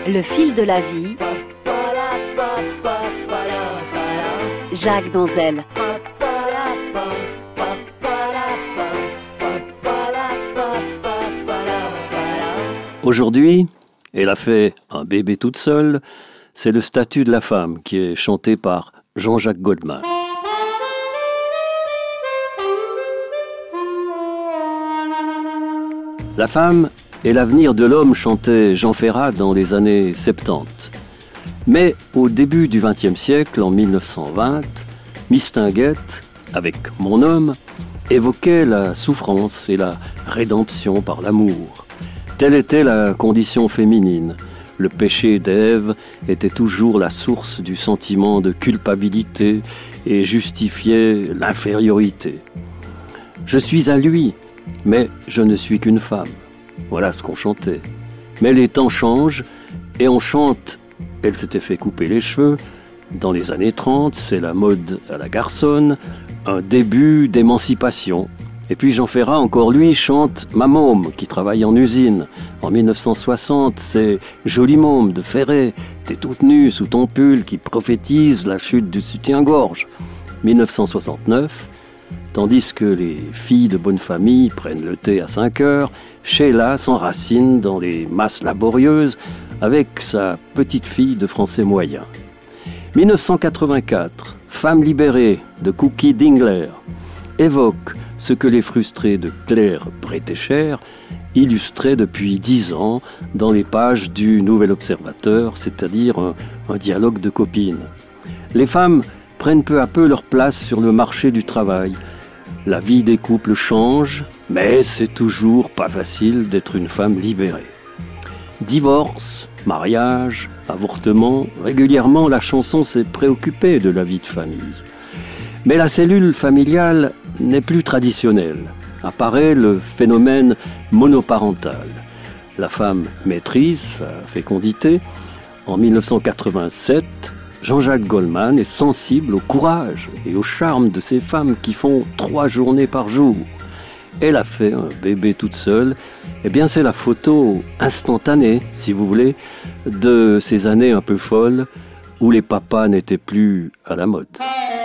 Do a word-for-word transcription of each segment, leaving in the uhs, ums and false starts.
Le fil de la vie, Jacques Donzel. Aujourd'hui, elle a fait un bébé toute seule. C'est le statut de la femme qui est chanté par Jean-Jacques Goldman. La femme est l'avenir de l'homme, chantait Jean Ferrat dans les années soixante-dix. Mais au début du vingtième siècle, en mille neuf cent vingt, Mistinguett, avec Mon homme, évoquait la souffrance et la rédemption par l'amour. Telle était la condition féminine. Le péché d'Ève était toujours la source du sentiment de culpabilité et justifiait l'infériorité. Je suis à lui, mais je ne suis qu'une femme. Voilà ce qu'on chantait. Mais les temps changent et on chante. Elle s'était fait couper les cheveux. Dans les années trente, c'est la mode à la garçonne, un début d'émancipation. Et puis Jean Ferrat, encore lui, chante Ma môme, qui travaille en usine. En mille neuf cent soixante, c'est Jolie môme de Ferré, t'es toute nue sous ton pull, qui prophétise la chute du soutien-gorge. mille neuf cent soixante-neuf, tandis que les filles de bonne famille prennent le thé à cinq heures, Sheila s'enracine dans les masses laborieuses avec sa petite fille de français moyen. mille neuf cent quatre-vingt-quatre, Femme libérée de Cookie Dingler évoque ce que les frustrés de Claire Bretécher illustraient depuis dix ans dans les pages du Nouvel Observateur, c'est-à-dire un, un dialogue de copines. Les femmes prennent peu à peu leur place sur le marché du travail. La vie des couples change, mais c'est toujours pas facile d'être une femme libérée. Divorce, mariage, avortement, régulièrement la chanson s'est préoccupée de la vie de famille. Mais la cellule familiale n'est plus traditionnelle. Apparaît le phénomène monoparental. La femme maîtrise sa fécondité. En mille neuf cent quatre-vingt-sept, Jean-Jacques Goldman est sensible au courage et au charme de ces femmes qui font trois journées par jour. Elle a fait un bébé toute seule. Eh bien, c'est la photo instantanée, si vous voulez, de ces années un peu folles où les papas n'étaient plus à la mode.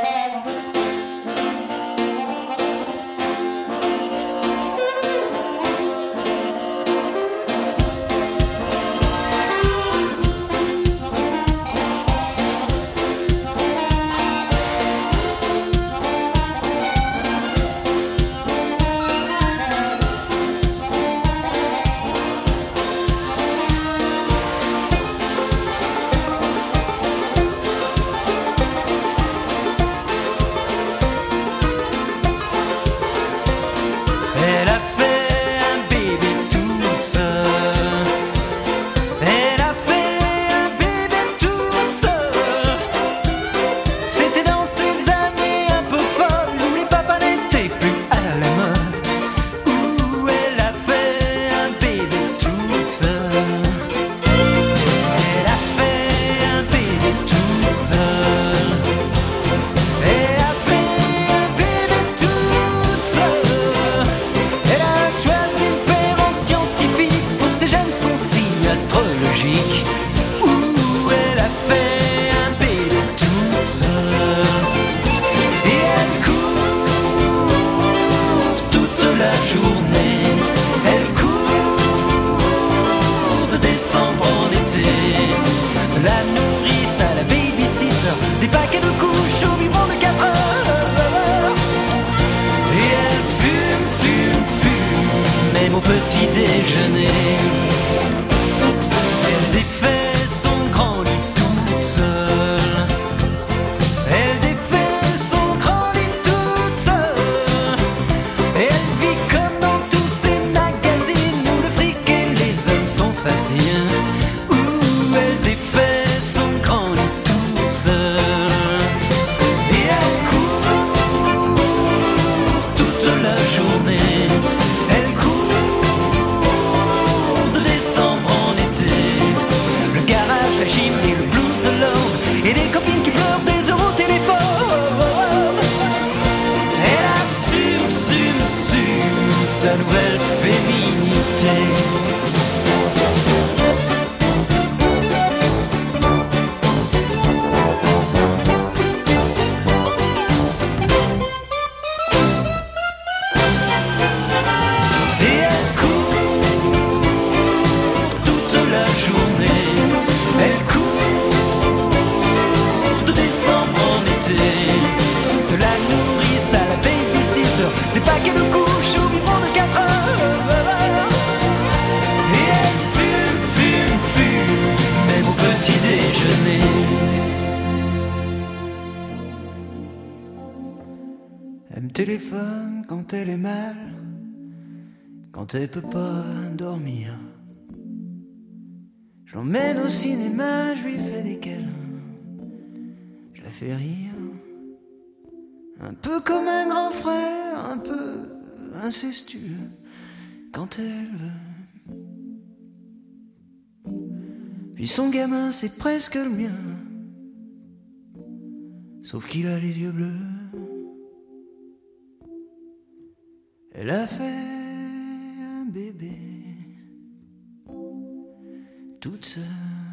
sa nouvelle féminité. téléphone quand elle est mal, quand elle peut pas dormir. Je l'emmène au cinéma, je lui fais des câlins, je la fais rire. Un peu comme un grand frère, un peu incestueux, quand elle veut. Puis son gamin, c'est presque le mien, sauf qu'il a les yeux bleus. Elle a fait un bébé toute seule.